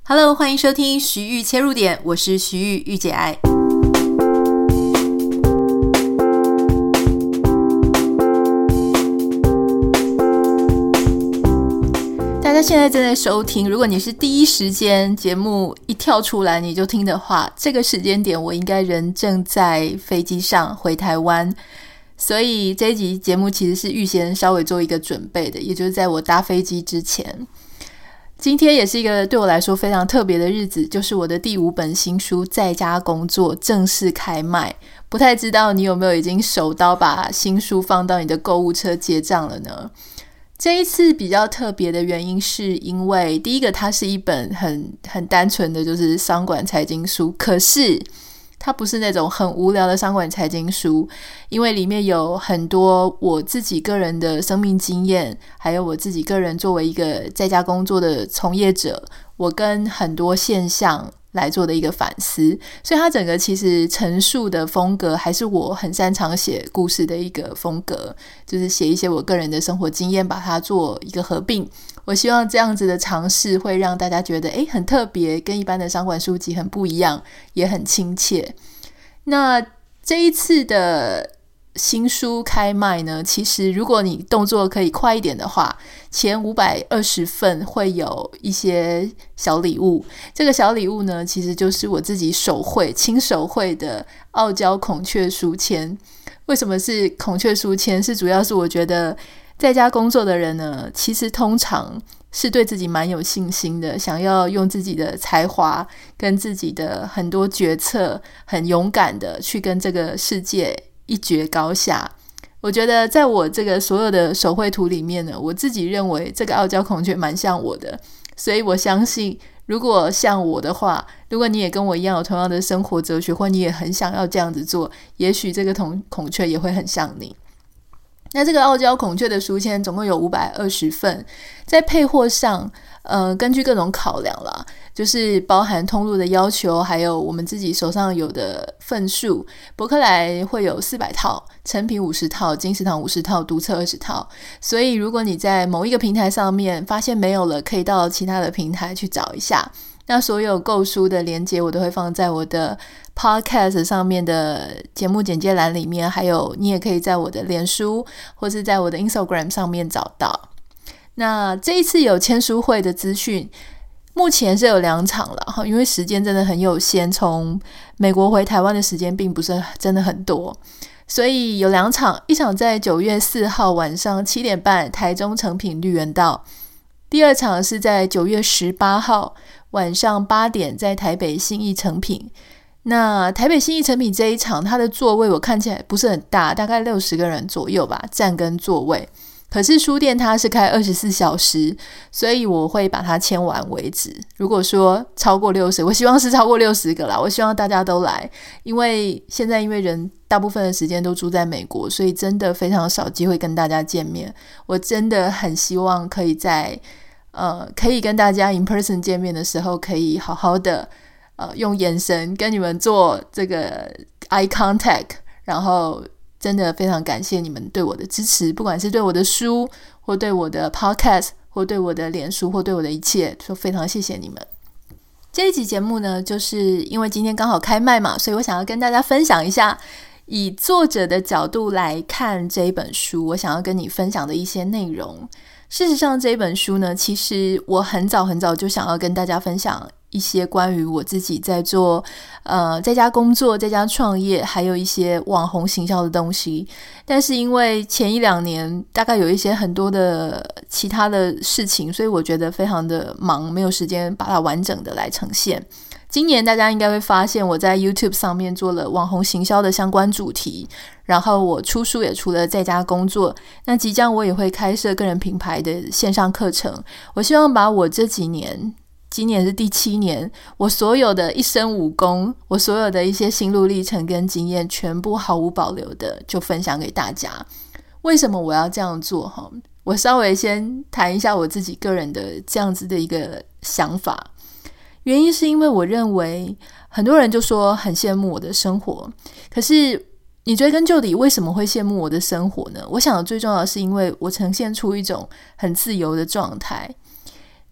Hello， 欢迎收听徐玉切入点，我是徐玉玉姐爱。大家现在正在收听，如果你是第一时间节目一跳出来你就听的话，这个时间点我应该人正在飞机上回台湾，所以这一集节目其实是预先稍微做一个准备的，也就是在我搭飞机之前。今天也是一个对我来说非常特别的日子，就是我的第5本新书《在家工作》正式开卖。不太知道你有没有已经手刀把新书放到你的购物车结账了呢？这一次比较特别的原因是因为第一个，它是一本很单纯的就是商管财经书，可是它不是那种很无聊的商管财经书，因为里面有很多我自己个人的生命经验，还有我自己个人作为一个在家工作的从业者，我跟很多现象来做的一个反思，所以它整个其实陈述的风格还是我很擅长写故事的一个风格，就是写一些我个人的生活经验，把它做一个合并。我希望这样子的尝试会让大家觉得很特别，跟一般的商管书籍很不一样，也很亲切。那这一次的新书开卖呢，其实如果你动作可以快一点的话，前520份会有一些小礼物。这个小礼物呢，其实就是我自己亲手绘的傲娇孔雀书签。为什么是孔雀书签？主要是我觉得在家工作的人呢，其实通常是对自己蛮有信心的，想要用自己的才华跟自己的很多决策很勇敢的去跟这个世界一决高下。我觉得在我这个所有的手绘图里面呢，我自己认为这个傲娇孔雀蛮像我的，所以我相信如果像我的话，如果你也跟我一样有同样的生活哲学，或你也很想要这样子做，也许这个孔雀也会很像你。那这个傲娇孔雀的书签总共有520份，在配货上根据各种考量啦，就是包含通路的要求，还有我们自己手上有的份数，博客来会有400套，成品50套，金石堂50套，读册20套。所以如果你在某一个平台上面发现没有了，可以到其他的平台去找一下。那所有购书的连结我都会放在我的 podcast 上面的节目简介栏里面，还有你也可以在我的脸书或是在我的 Instagram 上面找到。那这一次有签书会的资讯，目前是有2场了，因为时间真的很有限，从美国回台湾的时间并不是真的很多，所以有2场，一场在9月4号晚上7点半台中诚品绿园道，第2场是在9月18号晚上8点在台北信义诚品。那台北信义诚品这一场，它的座位我看起来不是很大，大概60个人左右吧，站跟座位。可是书店它是开24小时，所以我会把它签完为止。如果说超过60，我希望是超过60个啦，我希望大家都来，因为现在因为人大部分的时间都住在美国，所以真的非常少机会跟大家见面。我真的很希望可以在可以跟大家 in person 见面的时候，可以好好的用眼神跟你们做这个 eye contact， 然后真的非常感谢你们对我的支持，不管是对我的书，或对我的 podcast， 或对我的脸书，或对我的一切，都非常谢谢你们。这一集节目呢，就是因为今天刚好开卖嘛，所以我想要跟大家分享一下，以作者的角度来看这一本书，我想要跟你分享的一些内容。事实上这一本书呢，其实我很早就想要跟大家分享一些关于我自己在做在家工作，在家创业，还有一些网红行销的东西，但是因为前1-2年大概有一些很多的其他的事情，所以我觉得非常的忙，没有时间把它完整的来呈现。今年大家应该会发现我在 YouTube 上面做了网红行销的相关主题，然后我出书也出了在家工作，那即将我也会开设个人品牌的线上课程。我希望把我这几年，今年是第7年，我所有的一身武功，我所有的一些心路历程跟经验，全部毫无保留的就分享给大家。为什么我要这样做？我稍微先谈一下我自己个人的这样子的一个想法。原因是因为我认为很多人就说很羡慕我的生活，可是你追根究底为什么会羡慕我的生活呢？我想最重要的是因为我呈现出一种很自由的状态。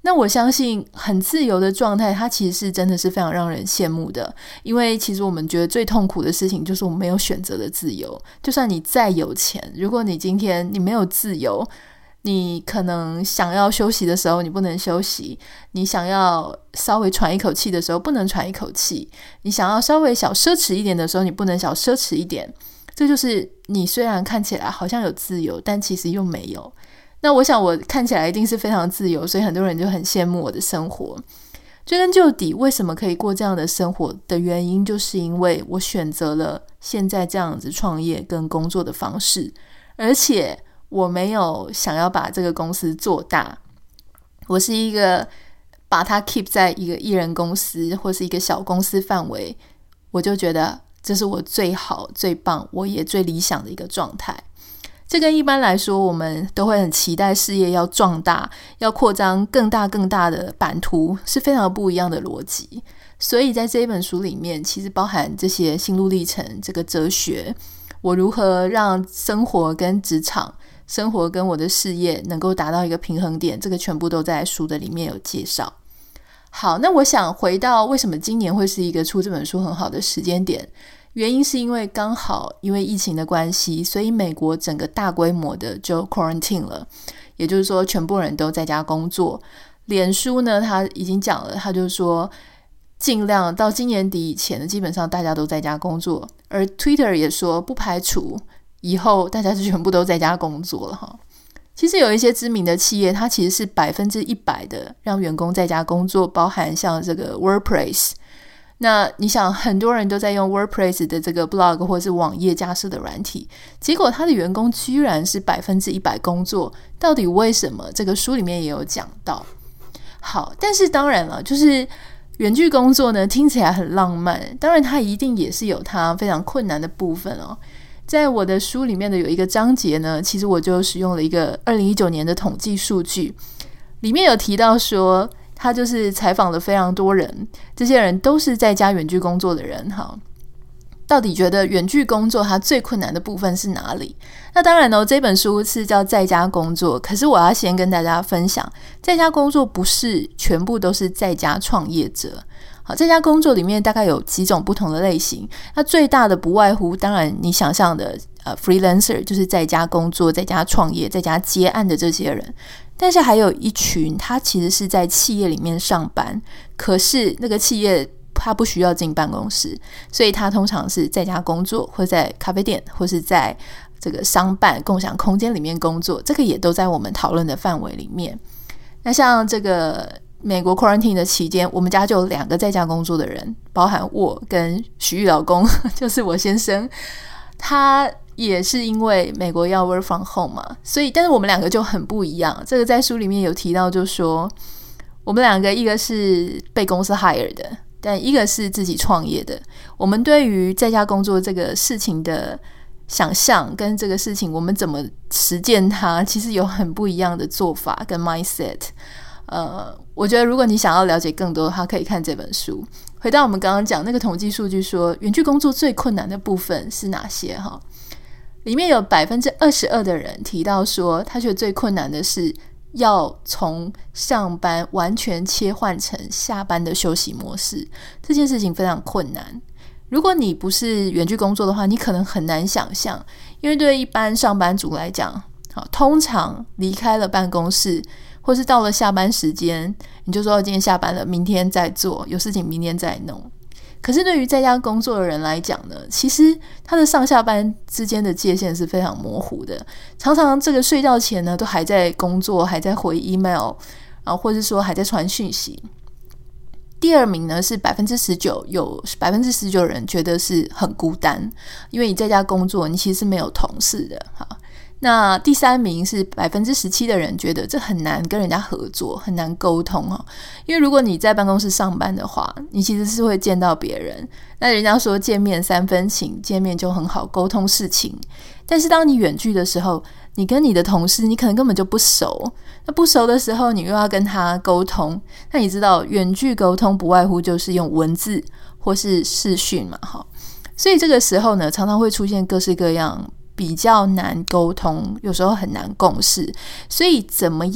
那我相信很自由的状态，它其实是真的是非常让人羡慕的，因为其实我们觉得最痛苦的事情就是我们没有选择的自由。就算你再有钱，如果你今天你没有自由，你可能想要休息的时候你不能休息，你想要稍微喘一口气的时候不能喘一口气，你想要稍微小奢侈一点的时候你不能小奢侈一点。这就是你虽然看起来好像有自由，但其实又没有。那我想我看起来一定是非常自由，所以很多人就很羡慕我的生活。追根究底，为什么可以过这样的生活的原因，就是因为我选择了现在这样子创业跟工作的方式，而且我没有想要把这个公司做大，我是一个把它 keep 在一个一人公司或是一个小公司范围，我就觉得这是我最好最棒我也最理想的一个状态。这跟一般来说我们都会很期待事业要壮大，要扩张更大更大的版图，是非常不一样的逻辑。所以在这一本书里面其实包含这些心路历程，这个哲学，我如何让生活跟职场，生活跟我的事业能够达到一个平衡点，这个全部都在书的里面有介绍。好，那我想回到为什么今年会是一个出这本书很好的时间点，原因是因为刚好因为疫情的关系，所以美国整个大规模的就 quarantine 了，也就是说全部人都在家工作。脸书呢他已经讲了，他就说尽量到今年底以前呢，基本上大家都在家工作，而 Twitter 也说不排除以后大家就全部都在家工作了哈。其实有一些知名的企业，它其实是100%的让员工在家工作，包含像这个 WordPress。那你想很多人都在用 WordPress 的这个 blog 或是网页架设的软体，结果他的员工居然是100%工作，到底为什么？这个书里面也有讲到。好，但是当然了，就是远距工作呢听起来很浪漫，当然它一定也是有它非常困难的部分哦。在我的书里面的有一个章节呢，其实我就使用了一个2019年的统计数据，里面有提到说他就是采访了非常多人，这些人都是在家远距工作的人哈。到底觉得远距工作它最困难的部分是哪里？那当然这本书是叫在家工作，可是我要先跟大家分享，在家工作不是全部都是在家创业者。好，在家工作里面大概有几种不同的类型，那最大的不外乎当然你想象的freelancer， 就是在家工作在家创业在家接案的这些人，但是还有一群他其实是在企业里面上班，可是那个企业他不需要进办公室，所以他通常是在家工作，或在咖啡店或是在这个商办共享空间里面工作，这个也都在我们讨论的范围里面。那像这个美国 quarantine 的期间，我们家就有2个在家工作的人，包含我跟徐玉老公就是我先生，他也是因为美国要 work from home 嘛，所以但是我们2个就很不一样。这个在书里面有提到，就说我们2个一个是被公司 hire 的，但一个是自己创业的。我们对于在家工作这个事情的想象跟这个事情我们怎么实践它，其实有很不一样的做法跟 mindset。我觉得如果你想要了解更多的话，可以看这本书。回到我们刚刚讲那个统计数据说远距工作最困难的部分是哪些哈？里面有 22% 的人提到说他觉得最困难的是要从上班完全切换成下班的休息模式，这件事情非常困难。如果你不是远距工作的话，你可能很难想象，因为对一般上班族来讲，通常离开了办公室或是到了下班时间，你就说今天下班了，明天再做，有事情明天再弄。可是对于在家工作的人来讲呢，其实他的上下班之间的界限是非常模糊的，常常这个睡觉前呢都还在工作，还在回 email， 或者说还在传讯息。第2名呢是 19%， 有 19% 人觉得是很孤单，因为你在家工作你其实是没有同事的。那第3名是 17% 的人觉得这很难跟人家合作，很难沟通因为如果你在办公室上班的话，你其实是会见到别人，那人家说见面3分情，见面就很好沟通事情。但是当你远距的时候，你跟你的同事你可能根本就不熟，那不熟的时候你又要跟他沟通，那你知道远距沟通不外乎就是用文字或是视讯嘛所以这个时候呢常常会出现各式各样比较难沟通，有时候很难共识。所以怎么样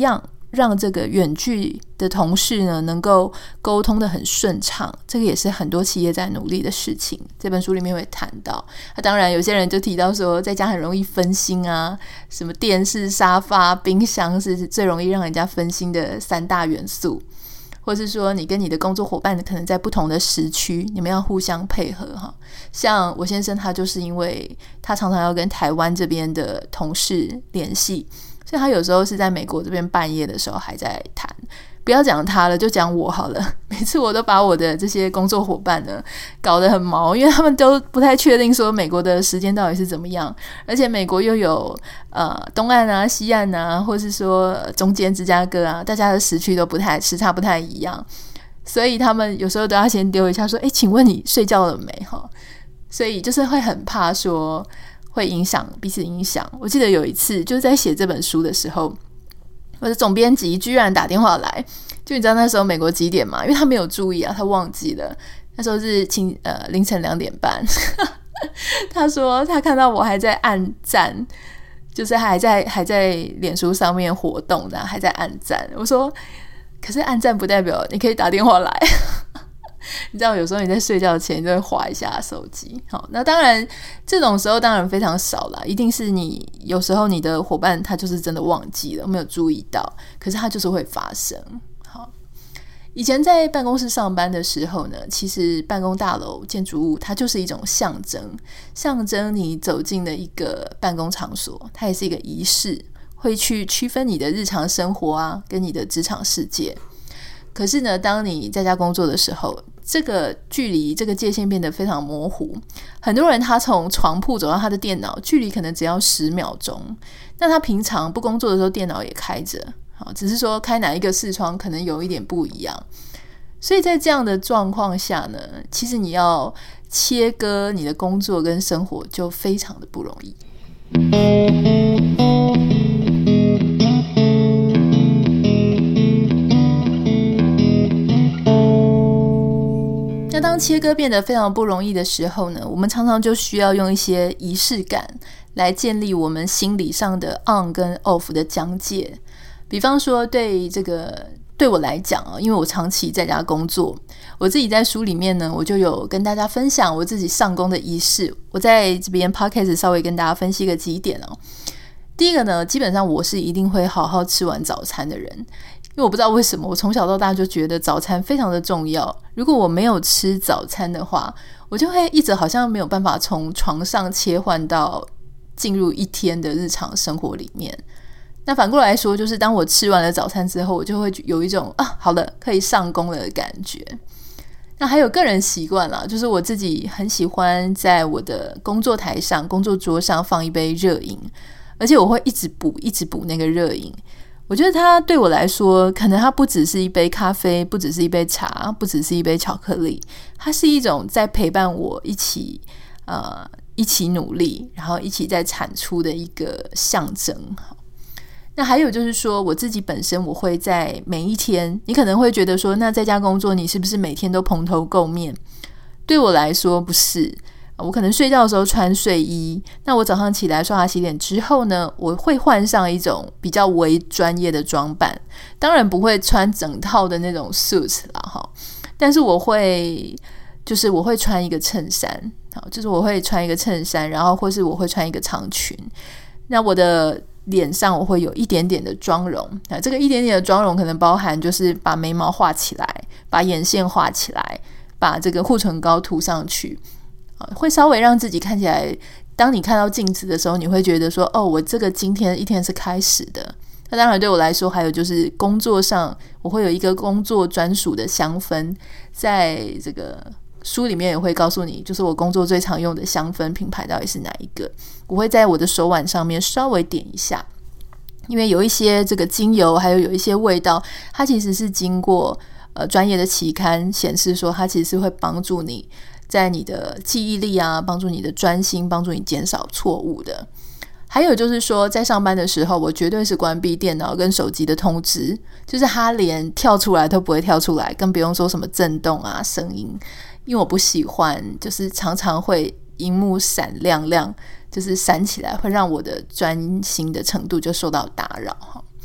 让这个远距的同事呢能够沟通的很顺畅，这个也是很多企业在努力的事情。这本书里面会谈到，当然有些人就提到说在家很容易分心啊，什么电视、沙发、冰箱是最容易让人家分心的3大元素，或是说你跟你的工作伙伴可能在不同的时区，你们要互相配合哈。像我先生他就是因为他常常要跟台湾这边的同事联系，所以他有时候是在美国这边半夜的时候还在谈。不要讲他了，就讲我好了。每次我都把我的这些工作伙伴呢搞得很毛，因为他们都不太确定说美国的时间到底是怎么样，而且美国又有东岸啊、西岸啊，或是说中间芝加哥啊，大家的时差不太一样，所以他们有时候都要先丢一下说请问你睡觉了没哈？所以就是会很怕说会彼此影响。我记得有一次就是在写这本书的时候，我的总编辑居然打电话来，就你知道那时候美国几点吗？因为他没有注意啊，他忘记了，那时候是凌晨2点半他说他看到我还在按赞，就是还在脸书上面活动的，还在按赞。我说可是按赞不代表你可以打电话来你知道有时候你在睡觉前你就会滑一下手机。好，那当然这种时候当然非常少啦，一定是你有时候你的伙伴他就是真的忘记了，没有注意到，可是他就是会发生。好，以前在办公室上班的时候呢，其实办公大楼建筑物它就是一种象征你走进了一个办公场所，它也是一个仪式，会去区分你的日常生活啊跟你的职场世界。可是呢，当你在家工作的时候，这个距离这个界限变得非常模糊。很多人他从床铺走到他的电脑，距离可能只要10秒钟。那他平常不工作的时候电脑也开着，只是说开哪一个视窗可能有一点不一样。所以在这样的状况下呢，其实你要切割你的工作跟生活就非常的不容易。那当切割变得非常不容易的时候呢，我们常常就需要用一些仪式感来建立我们心理上的 on 跟 off 的疆界。比方说对我来讲因为我长期在家工作，我自己在书里面呢，我就有跟大家分享我自己上工的仪式。我在这边 podcast 稍微跟大家分析个几点第一个呢，基本上我是一定会好好吃完早餐的人，因为我不知道为什么我从小到大就觉得早餐非常的重要。如果我没有吃早餐的话，我就会一直好像没有办法从床上切换到进入一天的日常生活里面。那反过来说，就是当我吃完了早餐之后，我就会有一种好了可以上工了的感觉。那还有个人习惯啦，就是我自己很喜欢在我的工作台上、工作桌上放一杯热饮，而且我会一直补那个热饮。我觉得它对我来说，可能它不只是一杯咖啡，不只是一杯茶，不只是一杯巧克力，它是一种在陪伴我一起努力，然后一起在产出的一个象征。那还有就是说，我自己本身我会在每一天，你可能会觉得说，那在家工作你是不是每天都蓬头垢面？对我来说不是，我可能睡觉的时候穿睡衣，那我早上起来刷牙洗脸之后呢，我会换上一种比较微专业的装扮，当然不会穿整套的那种 suit 啦但是我会穿一个衬衫，就是我会穿一个衬衫，然后或是我会穿一个长裙。那我的脸上我会有一点点的妆容，这个一点点的妆容可能包含就是把眉毛画起来，把眼线画起来，把这个护唇膏涂上去，会稍微让自己看起来，当你看到镜子的时候，你会觉得说我这个今天一天是开始的。那当然对我来说，还有就是工作上我会有一个工作专属的香氛，在这个书里面也会告诉你，就是我工作最常用的香氛品牌到底是哪一个。我会在我的手腕上面稍微点一下，因为有一些这个精油还有一些味道，它其实是经过专业的期刊显示说，它其实是会帮助你在你的记忆力啊，帮助你的专心，帮助你减少错误的。还有就是说，在上班的时候，我绝对是关闭电脑跟手机的通知，就是它连跳出来都不会跳出来，更不用说什么震动啊、声音，因为我不喜欢，就是常常会荧幕闪亮就是闪起来，会让我的专心的程度就受到打扰。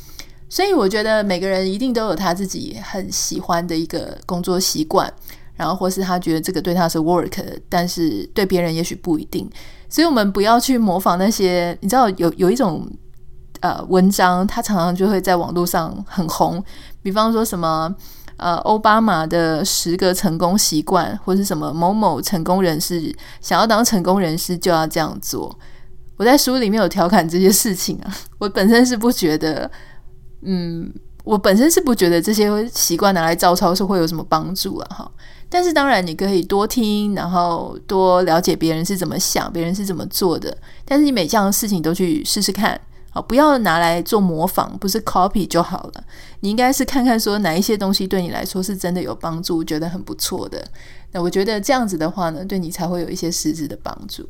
所以我觉得每个人一定都有他自己很喜欢的一个工作习惯，然后或是他觉得这个对他是 work， 但是对别人也许不一定。所以我们不要去模仿那些，你知道有一种文章，它常常就会在网络上很红，比方说什么奥巴马的10个成功习惯，或是什么某某成功人士想要当成功人士就要这样做。我在书里面有调侃这些事情啊，我本身是不觉得这些习惯拿来照抄是会有什么帮助啊哈。但是当然你可以多听，然后多了解别人是怎么想，别人是怎么做的，但是你每项事情都去试试看，不要拿来做模仿，不是 copy 就好了。你应该是看看说哪一些东西对你来说是真的有帮助，觉得很不错的，那我觉得这样子的话呢，对你才会有一些实质的帮助。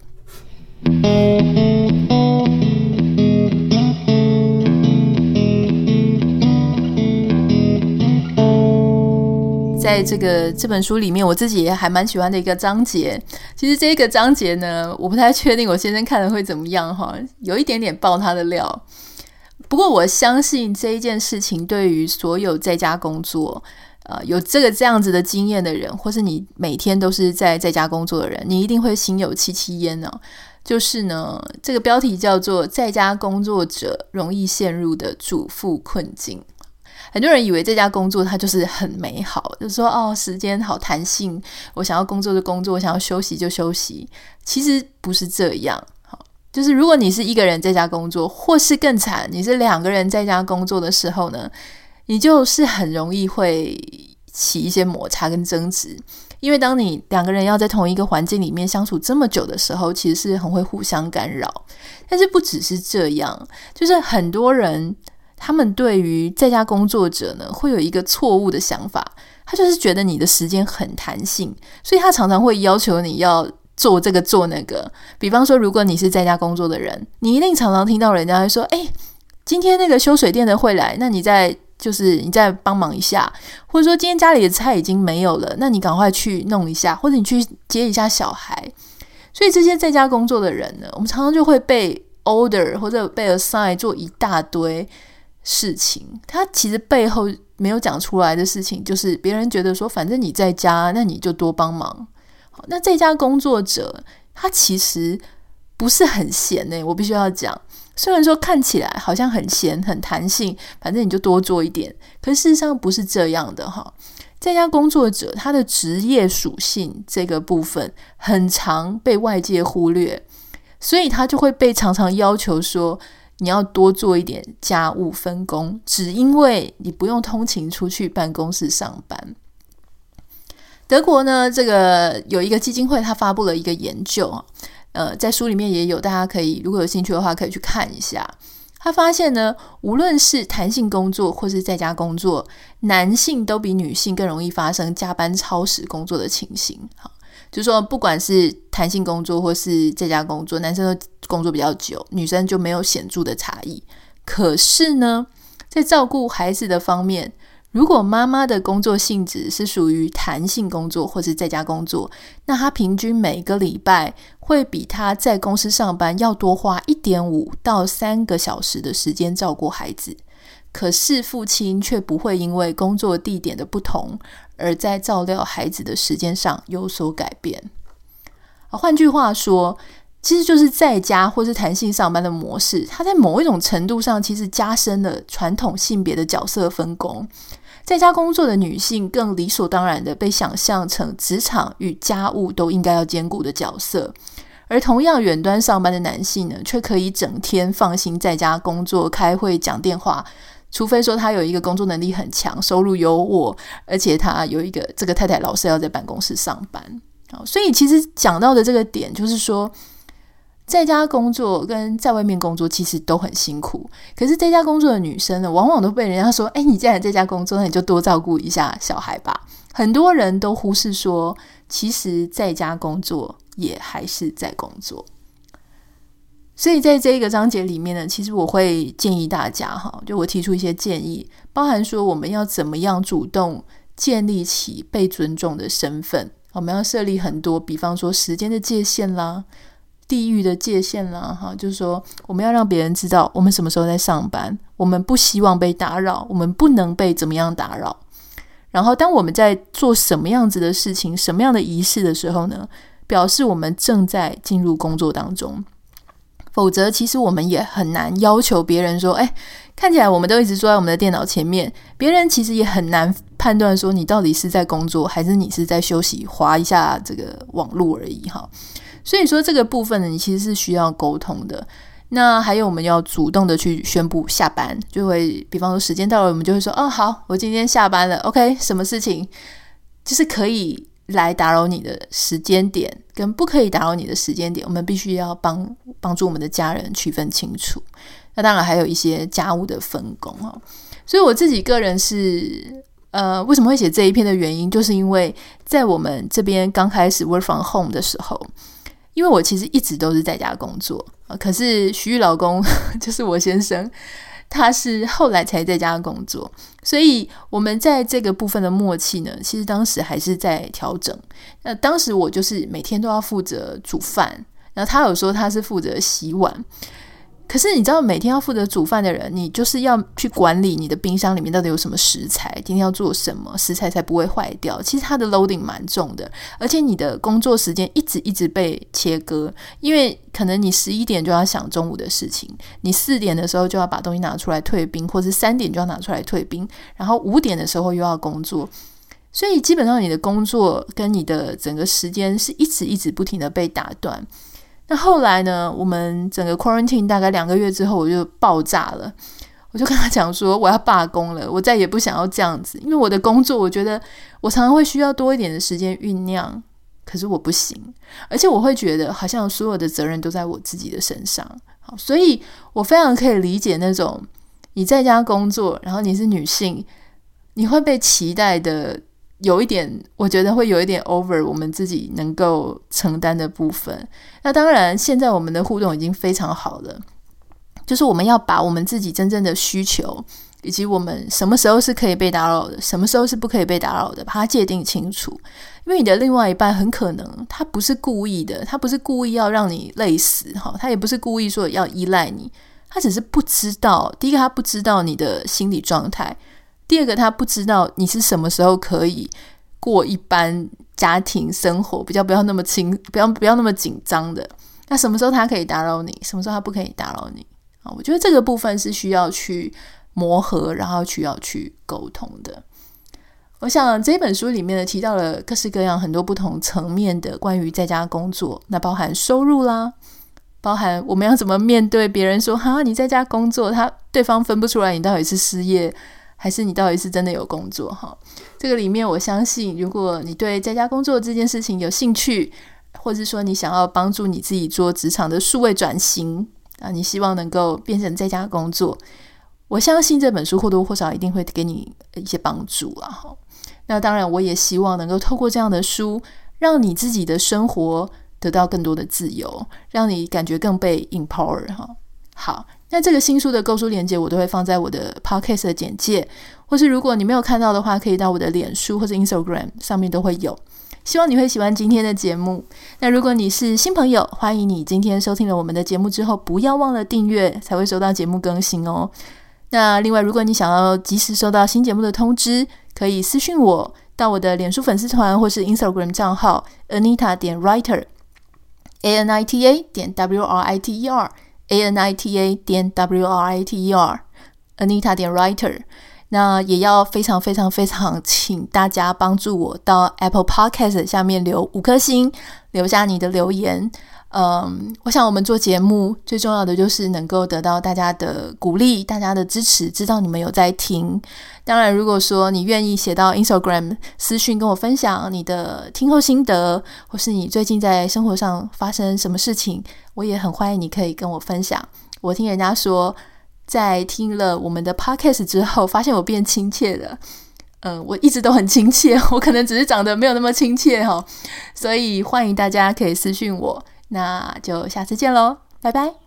在这本书里面，我自己也还蛮喜欢的一个章节。其实这个章节呢，我不太确定我先生看了会怎么样哈，有一点点爆他的料。不过我相信这一件事情对于所有在家工作有这样子的经验的人，或是你每天都是在家工作的人，你一定会心有戚戚焉哦。就是呢，这个标题叫做在家工作者容易陷入的主妇困境。很多人以为在家工作它就是很美好，就是说时间好弹性，我想要工作就工作，我想要休息就休息。其实不是这样，就是如果你是一个人在家工作，或是更惨，你是2个人在家工作的时候呢，你就是很容易会起一些摩擦跟争执。因为当你2个人要在同一个环境里面相处这么久的时候，其实是很会互相干扰。但是不只是这样，就是很多人他们对于在家工作者呢，会有一个错误的想法，他就是觉得你的时间很弹性，所以他常常会要求你要做这个做那个。比方说，如果你是在家工作的人，你一定常常听到人家会说今天那个修水电的会来，那你再帮忙一下，或者说今天家里的菜已经没有了，那你赶快去弄一下，或者你去接一下小孩。所以这些在家工作的人呢，我们常常就会被 order 或者被 assign 做一大堆事情，他其实背后没有讲出来的事情，就是别人觉得说反正你在家，那你就多帮忙。那在家工作者他其实不是很闲我必须要讲，虽然说看起来好像很闲很弹性，反正你就多做一点，可是事实上不是这样的哈。在家工作者他的职业属性这个部分很常被外界忽略，所以他就会被常常要求说你要多做一点家务分工，只因为你不用通勤出去办公室上班。德国呢，这个有一个基金会，他发布了一个研究，在书里面也有，大家可以如果有兴趣的话可以去看一下。他发现呢，无论是弹性工作或是在家工作，男性都比女性更容易发生加班超时工作的情形。就是说不管是弹性工作或是在家工作，男生都工作比较久，女生就没有显著的差异。可是呢，在照顾孩子的方面，如果妈妈的工作性质是属于弹性工作或是在家工作，那她平均每个礼拜会比她在公司上班要多花 1.5 到3个小时的时间照顾孩子。可是父亲却不会因为工作地点的不同而在照料孩子的时间上有所改变。换句话说，其实就是在家或是弹性上班的模式，它在某一种程度上其实加深了传统性别的角色分工。在家工作的女性更理所当然的被想象成职场与家务都应该要兼顾的角色，而同样远端上班的男性呢，却可以整天放心在家工作、开会、讲电话，除非说他有一个工作能力很强，收入优渥，而且他有一个这个太太老是要在办公室上班。所以其实讲到的这个点就是说，在家工作跟在外面工作其实都很辛苦，可是在家工作的女生呢，往往都被人家说你既然在家工作，那你就多照顾一下小孩吧。很多人都忽视说，其实在家工作也还是在工作。所以在这一个章节里面呢，其实我会建议大家就我提出一些建议，包含说我们要怎么样主动建立起被尊重的身份。我们要设立很多，比方说时间的界限啦， 地域的界限啦，就是说我们要让别人知道我们什么时候在上班，我们不希望被打扰，我们不能被怎么样打扰。然后当我们在做什么样子的事情，什么样的仪式的时候呢，表示我们正在进入工作当中。否则其实我们也很难要求别人说看起来我们都一直坐在我们的电脑前面，别人其实也很难判断说你到底是在工作还是你是在休息滑一下这个网络而已所以说这个部分呢，你其实是需要沟通的。那还有我们要主动的去宣布下班，就会比方说时间到了，我们就会说好，我今天下班了 OK， 什么事情就是可以来打扰你的时间点跟不可以打扰你的时间点，我们必须要帮助我们的家人区分清楚。那当然还有一些家务的分工所以我自己个人是为什么会写这一篇的原因，就是因为在我们这边刚开始 work from home 的时候，因为我其实一直都是在家工作可是徐玉老公就是我先生，他是后来才在家工作，所以我们在这个部分的默契呢，其实当时还是在调整。那当时我就是每天都要负责煮饭，然后他有说他是负责洗碗。可是你知道每天要负责煮饭的人，你就是要去管理你的冰箱里面到底有什么食材，今天要做什么食材才不会坏掉，其实它的 loading 蛮重的，而且你的工作时间一直被切割，因为可能你11点就要想中午的事情，你4点的时候就要把东西拿出来退冰，或是3点就要拿出来退冰，然后5点的时候又要工作，所以基本上你的工作跟你的整个时间是一直不停的被打断。那后来呢，我们整个 quarantine 大概2个月之后，我就爆炸了，我就跟他讲说我要罢工了，我再也不想要这样子，因为我的工作我觉得我常常会需要多一点的时间酝酿，可是我不行，而且我会觉得好像所有的责任都在我自己的身上。好，所以我非常可以理解那种你在家工作，然后你是女性，你会被期待的有一点，我觉得会有一点 over 我们自己能够承担的部分。那当然现在我们的互动已经非常好了，就是我们要把我们自己真正的需求以及我们什么时候是可以被打扰的，什么时候是不可以被打扰的，把它界定清楚。因为你的另外一半很可能他不是故意的，他不是故意要让你累死，他也不是故意说要依赖你，他只是不知道，第一个他不知道你的心理状态，第二个他不知道你是什么时候可以过一般家庭生活比较不要那么不要那么紧张的，那什么时候他可以打扰你，什么时候他不可以打扰你。我觉得这个部分是需要去磨合，然后需要去沟通的。我想这本书里面呢提到了各式各样很多不同层面的关于在家工作，那包含收入啦，包含我们要怎么面对别人说你在家工作，对方分不出来你到底是失业还是你到底是真的有工作这个里面我相信如果你对在家工作这件事情有兴趣，或者说你想要帮助你自己做职场的数位转型你希望能够变成在家工作，我相信这本书或多或少一定会给你一些帮助啦那当然我也希望能够透过这样的书让你自己的生活得到更多的自由，让你感觉更被 empower 好，那这个新书的购书链接我都会放在我的 podcast 的简介，或是如果你没有看到的话，可以到我的脸书或者 Instagram 上面都会有。希望你会喜欢今天的节目。那如果你是新朋友，欢迎你今天收听了我们的节目之后，不要忘了订阅，才会收到节目更新哦。那另外，如果你想要及时收到新节目的通知，可以私讯我到我的脸书粉丝团或是 Instagram 账号 Anita.Writer ANITA.WRITER ANITA.WRITER Anita.Writer。 那也要非常非常非常请大家帮助我到 Apple Podcast 下面留5颗星，留下你的留言。我想我们做节目最重要的就是能够得到大家的鼓励，大家的支持，知道你们有在听。当然如果说你愿意写到 Instagram 私讯跟我分享你的听后心得，或是你最近在生活上发生什么事情，我也很欢迎你可以跟我分享。我听人家说在听了我们的 podcast 之后发现我变亲切了，我一直都很亲切，我可能只是长得没有那么亲切所以欢迎大家可以私讯我。那就下次见咯，拜拜。